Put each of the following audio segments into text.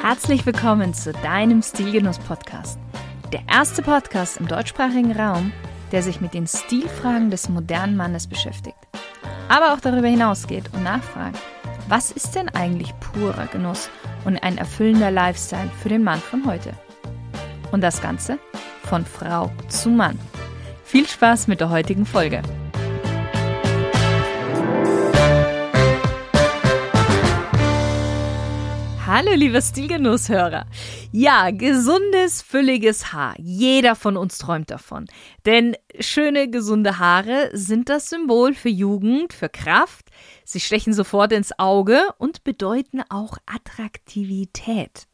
Herzlich willkommen zu deinem Stilgenuss-Podcast. Der erste Podcast im deutschsprachigen Raum, der sich mit den Stilfragen des modernen Mannes beschäftigt. Aber auch darüber hinausgeht und nachfragt, was ist denn eigentlich purer Genuss und ein erfüllender Lifestyle für den Mann von heute? Und das Ganze von Frau zu Mann. Viel Spaß mit der heutigen Folge. Hallo liebe Stilgenusshörer. Ja, gesundes, fülliges Haar. Jeder von uns träumt davon. Denn schöne, gesunde Haare sind das Symbol für Jugend, für Kraft. Sie stechen sofort ins Auge und bedeuten auch Attraktivität.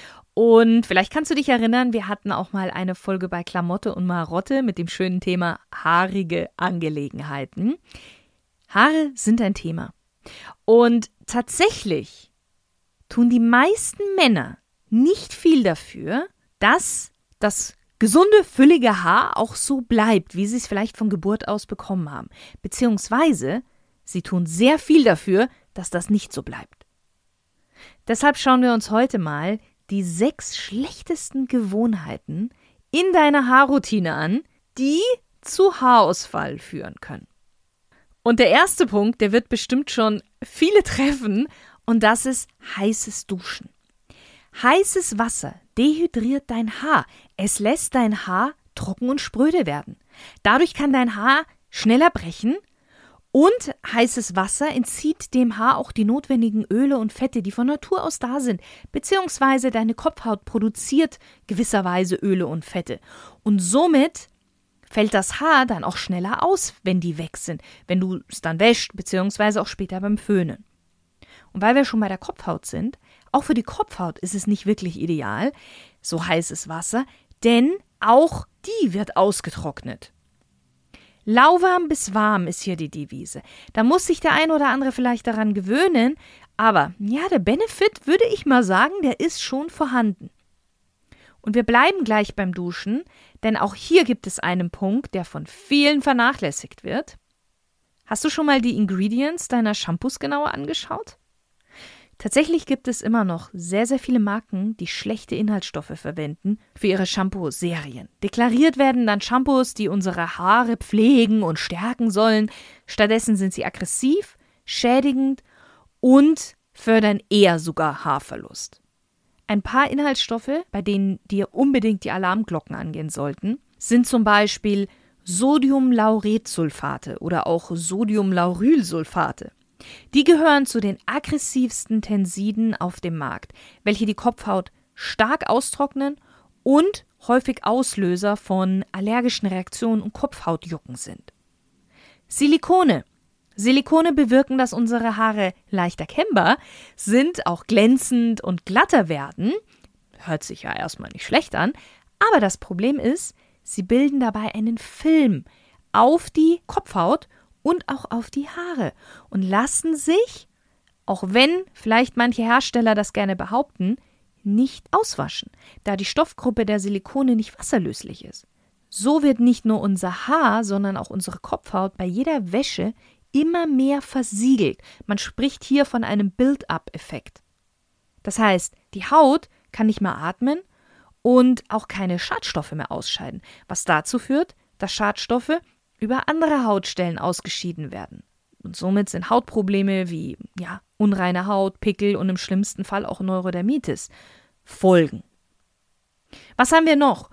Und vielleicht kannst du dich erinnern, wir hatten auch mal eine Folge bei Klamotte und Marotte mit dem schönen Thema haarige Angelegenheiten. Haare sind ein Thema. Und tatsächlich tun die meisten Männer nicht viel dafür, dass das gesunde, füllige Haar auch so bleibt, wie sie es vielleicht von Geburt aus bekommen haben. Beziehungsweise sie tun sehr viel dafür, dass das nicht so bleibt. Deshalb schauen wir uns heute mal die 6 schlechtesten Gewohnheiten in deiner Haarroutine an, die zu Haarausfall führen können. Und der erste Punkt, der wird bestimmt schon viele treffen, und das ist heißes Duschen. Heißes Wasser dehydriert dein Haar. Es lässt dein Haar trocken und spröde werden. Dadurch kann dein Haar schneller brechen und heißes Wasser entzieht dem Haar auch die notwendigen Öle und Fette, die von Natur aus da sind, beziehungsweise deine Kopfhaut produziert gewisserweise Öle und Fette. Und somit fällt das Haar dann auch schneller aus, wenn die weg sind, wenn du es dann wäschst, beziehungsweise auch später beim Föhnen. Und weil wir schon bei der Kopfhaut sind, auch für die Kopfhaut ist es nicht wirklich ideal, so heißes Wasser, denn auch die wird ausgetrocknet. Lauwarm bis warm ist hier die Devise. Da muss sich der ein oder andere vielleicht daran gewöhnen, aber ja, der Benefit, würde ich mal sagen, der ist schon vorhanden. Und wir bleiben gleich beim Duschen, denn auch hier gibt es einen Punkt, der von vielen vernachlässigt wird. Hast du schon mal die Ingredients deiner Shampoos genauer angeschaut? Tatsächlich gibt es immer noch sehr, sehr viele Marken, die schlechte Inhaltsstoffe verwenden für ihre Shampoo-Serien. Deklariert werden dann Shampoos, die unsere Haare pflegen und stärken sollen. Stattdessen sind sie aggressiv, schädigend und fördern eher sogar Haarverlust. Ein paar Inhaltsstoffe, bei denen dir unbedingt die Alarmglocken angehen sollten, sind zum Beispiel Sodiumlauretsulfate oder auch Sodiumlaurylsulfate. Die gehören zu den aggressivsten Tensiden auf dem Markt, welche die Kopfhaut stark austrocknen und häufig Auslöser von allergischen Reaktionen und Kopfhautjucken sind. Silikone. Silikone bewirken, dass unsere Haare leicht erkennbar sind, auch glänzend und glatter werden. Hört sich ja erstmal nicht schlecht an, aber das Problem ist, sie bilden dabei einen Film auf die Kopfhaut und auch auf die Haare und lassen sich, auch wenn vielleicht manche Hersteller das gerne behaupten, nicht auswaschen, da die Stoffgruppe der Silikone nicht wasserlöslich ist. So wird nicht nur unser Haar, sondern auch unsere Kopfhaut bei jeder Wäsche immer mehr versiegelt. Man spricht hier von einem Build-up-Effekt. Das heißt, die Haut kann nicht mehr atmen und auch keine Schadstoffe mehr ausscheiden, was dazu führt, dass Schadstoffe über andere Hautstellen ausgeschieden werden. Und somit sind Hautprobleme wie unreine Haut, Pickel und im schlimmsten Fall auch Neurodermitis Folgen. Was haben wir noch?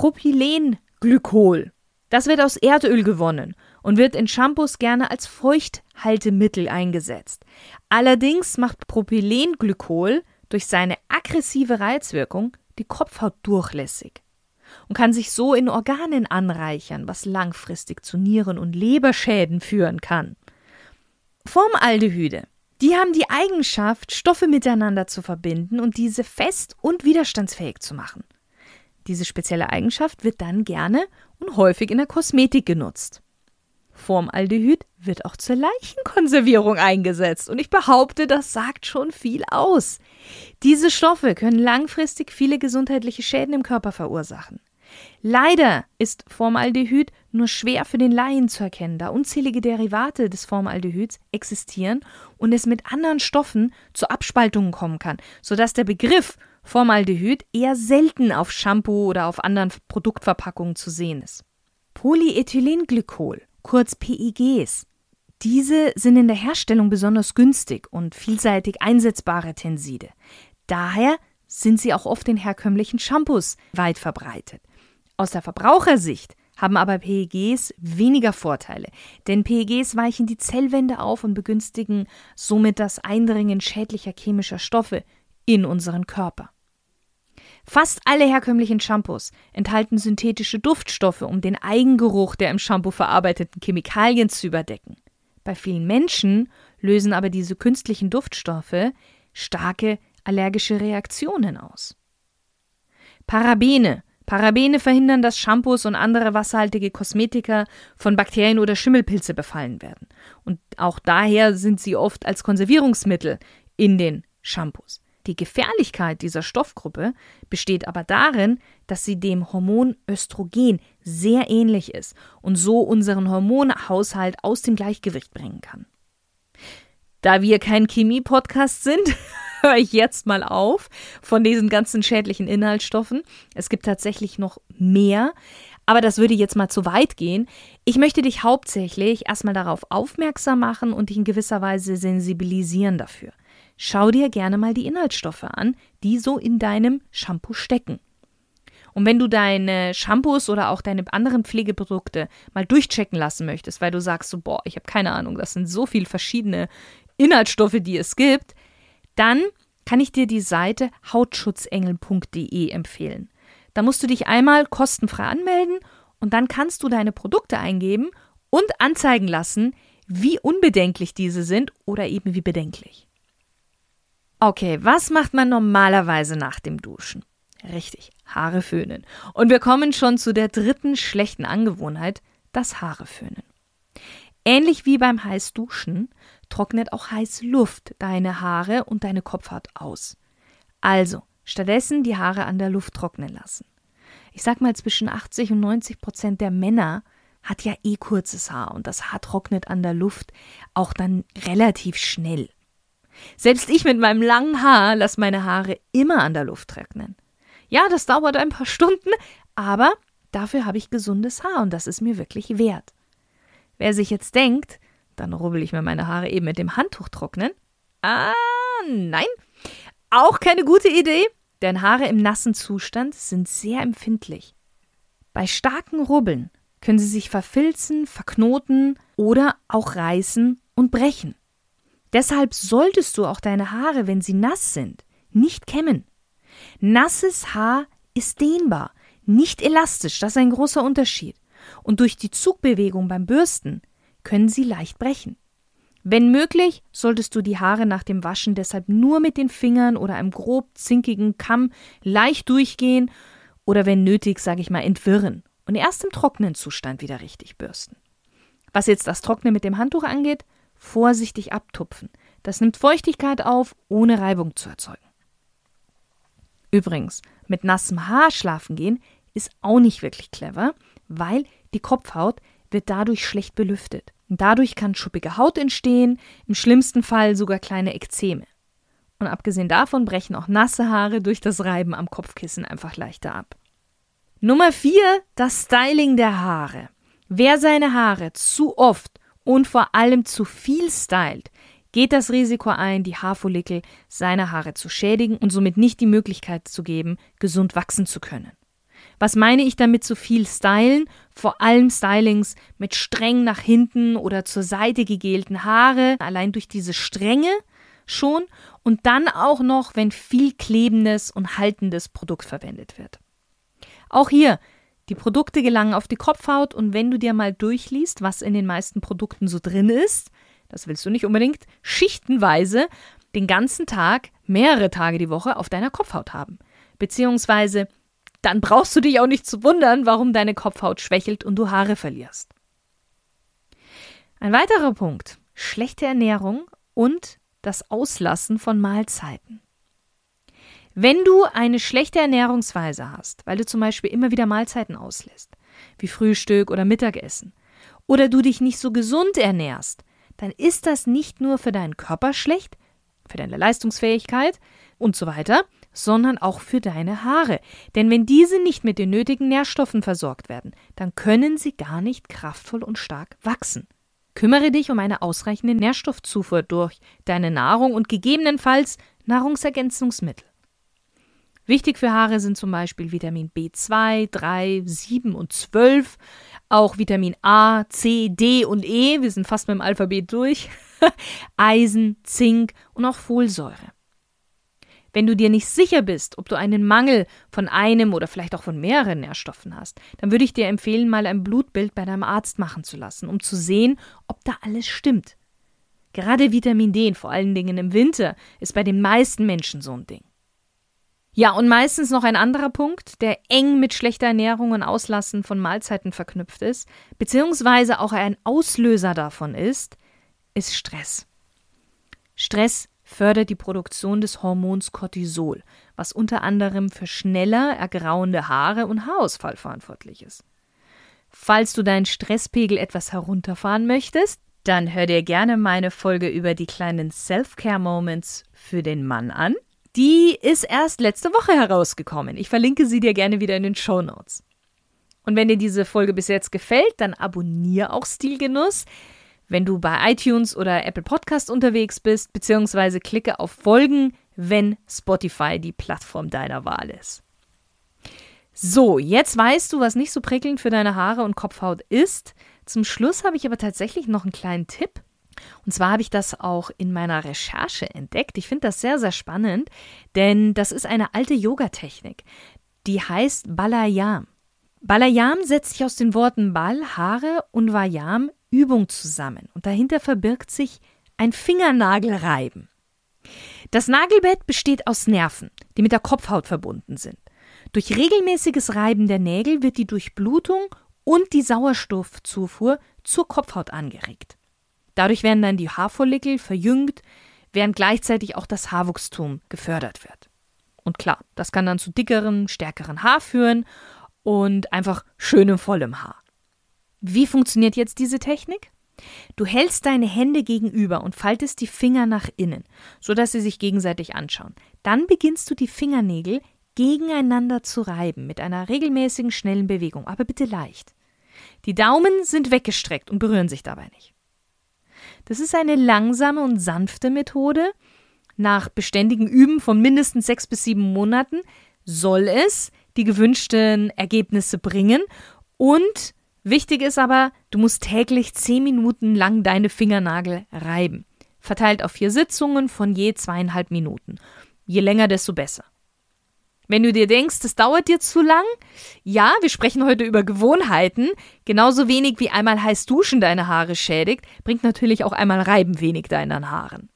Propylenglykol. Das wird aus Erdöl gewonnen und wird in Shampoos gerne als Feuchthaltemittel eingesetzt. Allerdings macht Propylenglykol durch seine aggressive Reizwirkung die Kopfhaut durchlässig und kann sich so in Organen anreichern, was langfristig zu Nieren- und Leberschäden führen kann. Formaldehyde, die haben die Eigenschaft, Stoffe miteinander zu verbinden und diese fest und widerstandsfähig zu machen. Diese spezielle Eigenschaft wird dann gerne und häufig in der Kosmetik genutzt. Formaldehyd wird auch zur Leichenkonservierung eingesetzt und ich behaupte, das sagt schon viel aus. Diese Stoffe können langfristig viele gesundheitliche Schäden im Körper verursachen. Leider ist Formaldehyd nur schwer für den Laien zu erkennen, da unzählige Derivate des Formaldehyds existieren und es mit anderen Stoffen zu Abspaltungen kommen kann, sodass der Begriff Formaldehyd eher selten auf Shampoo oder auf anderen Produktverpackungen zu sehen ist. Polyethylenglykol, kurz PEGs. Diese sind in der Herstellung besonders günstig und vielseitig einsetzbare Tenside. Daher sind sie auch oft in herkömmlichen Shampoos weit verbreitet. Aus der Verbrauchersicht haben aber PEGs weniger Vorteile, denn PEGs weichen die Zellwände auf und begünstigen somit das Eindringen schädlicher chemischer Stoffe in unseren Körper. Fast alle herkömmlichen Shampoos enthalten synthetische Duftstoffe, um den Eigengeruch der im Shampoo verarbeiteten Chemikalien zu überdecken. Bei vielen Menschen lösen aber diese künstlichen Duftstoffe starke allergische Reaktionen aus. Parabene verhindern, dass Shampoos und andere wasserhaltige Kosmetika von Bakterien oder Schimmelpilze befallen werden. Und auch daher sind sie oft als Konservierungsmittel in den Shampoos. Die Gefährlichkeit dieser Stoffgruppe besteht aber darin, dass sie dem Hormon Östrogen sehr ähnlich ist und so unseren Hormonhaushalt aus dem Gleichgewicht bringen kann. Da wir kein Chemie-Podcast sind, höre ich jetzt mal auf von diesen ganzen schädlichen Inhaltsstoffen. Es gibt tatsächlich noch mehr, aber das würde jetzt mal zu weit gehen. Ich möchte dich hauptsächlich erstmal darauf aufmerksam machen und dich in gewisser Weise sensibilisieren dafür. Schau dir gerne mal die Inhaltsstoffe an, die so in deinem Shampoo stecken. Und wenn du deine Shampoos oder auch deine anderen Pflegeprodukte mal durchchecken lassen möchtest, weil du sagst so, ich habe keine Ahnung, das sind so viele verschiedene Inhaltsstoffe, die es gibt, dann kann ich dir die Seite hautschutzengel.de empfehlen. Da musst du dich einmal kostenfrei anmelden und dann kannst du deine Produkte eingeben und anzeigen lassen, wie unbedenklich diese sind oder eben wie bedenklich. Okay, was macht man normalerweise nach dem Duschen? Richtig, Haare föhnen. Und wir kommen schon zu der dritten schlechten Angewohnheit, das Haare föhnen. Ähnlich wie beim Heißduschen trocknet auch Heißluft deine Haare und deine Kopfhaut aus. Also stattdessen die Haare an der Luft trocknen lassen. Ich sag mal, zwischen 80% und 90% der Männer hat ja kurzes Haar und das Haar trocknet an der Luft auch dann relativ schnell. Selbst ich mit meinem langen Haar lasse meine Haare immer an der Luft trocknen. Ja, das dauert ein paar Stunden, aber dafür habe ich gesundes Haar und das ist mir wirklich wert. Wer sich jetzt denkt, dann rubbel ich mir meine Haare eben mit dem Handtuch trocknen. Nein, auch keine gute Idee, denn Haare im nassen Zustand sind sehr empfindlich. Bei starken Rubbeln können sie sich verfilzen, verknoten oder auch reißen und brechen. Deshalb solltest du auch deine Haare, wenn sie nass sind, nicht kämmen. Nasses Haar ist dehnbar, nicht elastisch, das ist ein großer Unterschied. Und durch die Zugbewegung beim Bürsten können sie leicht brechen. Wenn möglich, solltest du die Haare nach dem Waschen deshalb nur mit den Fingern oder einem grob zinkigen Kamm leicht durchgehen oder wenn nötig, entwirren und erst im trockenen Zustand wieder richtig bürsten. Was jetzt das Trocknen mit dem Handtuch angeht, vorsichtig abtupfen. Das nimmt Feuchtigkeit auf, ohne Reibung zu erzeugen. Übrigens, mit nassem Haar schlafen gehen ist auch nicht wirklich clever, weil die Kopfhaut wird dadurch schlecht belüftet. Und dadurch kann schuppige Haut entstehen, im schlimmsten Fall sogar kleine Ekzeme. Und abgesehen davon brechen auch nasse Haare durch das Reiben am Kopfkissen einfach leichter ab. Nummer 4, das Styling der Haare. Wer seine Haare zu oft und vor allem zu viel stylt, geht das Risiko ein, die Haarfollikel seiner Haare zu schädigen und somit nicht die Möglichkeit zu geben, gesund wachsen zu können. Was meine ich damit zu viel stylen? Vor allem Stylings mit streng nach hinten oder zur Seite gegelten Haare, allein durch diese Strenge schon und dann auch noch, wenn viel klebendes und haltendes Produkt verwendet wird. Auch hier, die Produkte gelangen auf die Kopfhaut und wenn du dir mal durchliest, was in den meisten Produkten so drin ist, das willst du nicht unbedingt schichtenweise den ganzen Tag, mehrere Tage die Woche auf deiner Kopfhaut haben. Beziehungsweise dann brauchst du dich auch nicht zu wundern, warum deine Kopfhaut schwächelt und du Haare verlierst. Ein weiterer Punkt, schlechte Ernährung und das Auslassen von Mahlzeiten. Wenn du eine schlechte Ernährungsweise hast, weil du zum Beispiel immer wieder Mahlzeiten auslässt, wie Frühstück oder Mittagessen, oder du dich nicht so gesund ernährst, dann ist das nicht nur für deinen Körper schlecht, für deine Leistungsfähigkeit und so weiter, sondern auch für deine Haare. Denn wenn diese nicht mit den nötigen Nährstoffen versorgt werden, dann können sie gar nicht kraftvoll und stark wachsen. Kümmere dich um eine ausreichende Nährstoffzufuhr durch deine Nahrung und gegebenenfalls Nahrungsergänzungsmittel. Wichtig für Haare sind zum Beispiel Vitamin B2, 3, 7 und 12, auch Vitamin A, C, D und E, wir sind fast mit dem Alphabet durch, Eisen, Zink und auch Folsäure. Wenn du dir nicht sicher bist, ob du einen Mangel von einem oder vielleicht auch von mehreren Nährstoffen hast, dann würde ich dir empfehlen, mal ein Blutbild bei deinem Arzt machen zu lassen, um zu sehen, ob da alles stimmt. Gerade Vitamin D, vor allen Dingen im Winter, ist bei den meisten Menschen so ein Ding. Ja, und meistens noch ein anderer Punkt, der eng mit schlechter Ernährung und Auslassen von Mahlzeiten verknüpft ist, beziehungsweise auch ein Auslöser davon ist Stress. Stress fördert die Produktion des Hormons Cortisol, was unter anderem für schneller ergrauende Haare und Haarausfall verantwortlich ist. Falls du deinen Stresspegel etwas herunterfahren möchtest, dann hör dir gerne meine Folge über die kleinen Self-Care-Moments für den Mann an. Die ist erst letzte Woche herausgekommen. Ich verlinke sie dir gerne wieder in den Shownotes. Und wenn dir diese Folge bis jetzt gefällt, dann abonniere auch Stilgenuss, wenn du bei iTunes oder Apple Podcast unterwegs bist, beziehungsweise klicke auf Folgen, wenn Spotify die Plattform deiner Wahl ist. So, jetzt weißt du, was nicht so prickelnd für deine Haare und Kopfhaut ist. Zum Schluss habe ich aber tatsächlich noch einen kleinen Tipp. Und zwar habe ich das auch in meiner Recherche entdeckt. Ich finde das sehr, sehr spannend, denn das ist eine alte Yoga-Technik. Die heißt Balayam. Balayam setzt sich aus den Worten Bal, Haare und Vayam, Übung zusammen. Und dahinter verbirgt sich ein Fingernagelreiben. Das Nagelbett besteht aus Nerven, die mit der Kopfhaut verbunden sind. Durch regelmäßiges Reiben der Nägel wird die Durchblutung und die Sauerstoffzufuhr zur Kopfhaut angeregt. Dadurch werden dann die Haarfollikel verjüngt, während gleichzeitig auch das Haarwuchstum gefördert wird. Und klar, das kann dann zu dickerem, stärkeren Haar führen und einfach schönem, vollem Haar. Wie funktioniert jetzt diese Technik? Du hältst deine Hände gegenüber und faltest die Finger nach innen, sodass sie sich gegenseitig anschauen. Dann beginnst du die Fingernägel gegeneinander zu reiben mit einer regelmäßigen, schnellen Bewegung, aber bitte leicht. Die Daumen sind weggestreckt und berühren sich dabei nicht. Das ist eine langsame und sanfte Methode. Nach beständigem Üben von mindestens 6 bis 7 Monaten soll es die gewünschten Ergebnisse bringen. Und wichtig ist aber, du musst täglich 10 Minuten lang deine Fingernagel reiben. Verteilt auf 4 Sitzungen von je 2,5 Minuten. Je länger, desto besser. Wenn du dir denkst, das dauert dir zu lang, ja, wir sprechen heute über Gewohnheiten. Genauso wenig wie einmal heiß duschen deine Haare schädigt, bringt natürlich auch einmal Reiben wenig deinen Haaren.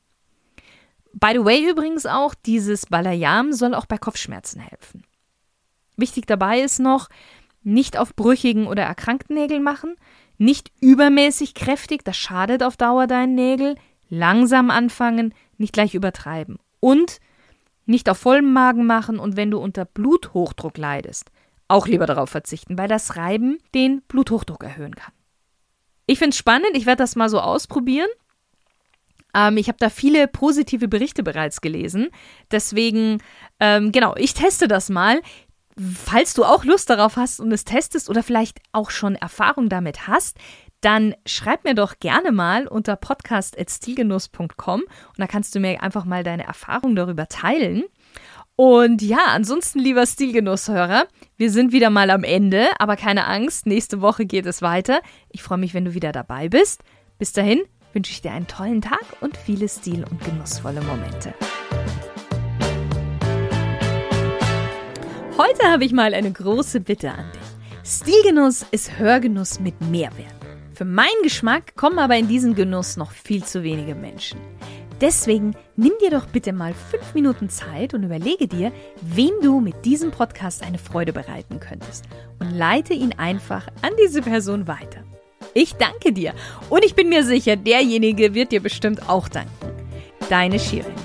By the way übrigens auch, dieses Balayam soll auch bei Kopfschmerzen helfen. Wichtig dabei ist noch, nicht auf brüchigen oder erkrankten Nägeln machen, nicht übermäßig kräftig, das schadet auf Dauer deinen Nägeln, langsam anfangen, nicht gleich übertreiben und nicht auf vollem Magen machen und wenn du unter Bluthochdruck leidest, auch lieber darauf verzichten, weil das Reiben den Bluthochdruck erhöhen kann. Ich finde es spannend, ich werde das mal so ausprobieren. Ich habe da viele positive Berichte bereits gelesen, deswegen, ich teste das mal. Falls du auch Lust darauf hast und es testest oder vielleicht auch schon Erfahrung damit hast, dann schreib mir doch gerne mal unter podcast@stilgenuss.com und da kannst du mir einfach mal deine Erfahrung darüber teilen. Und ja, ansonsten, lieber Stilgenusshörer, wir sind wieder mal am Ende, aber keine Angst, nächste Woche geht es weiter. Ich freue mich, wenn du wieder dabei bist. Bis dahin wünsche ich dir einen tollen Tag und viele stil- und genussvolle Momente. Heute habe ich mal eine große Bitte an dich. Stilgenuss ist Hörgenuss mit Mehrwert. Für meinen Geschmack kommen aber in diesen Genuss noch viel zu wenige Menschen. Deswegen nimm dir doch bitte mal 5 Minuten Zeit und überlege dir, wem du mit diesem Podcast eine Freude bereiten könntest und leite ihn einfach an diese Person weiter. Ich danke dir und ich bin mir sicher, derjenige wird dir bestimmt auch danken. Deine Shirin.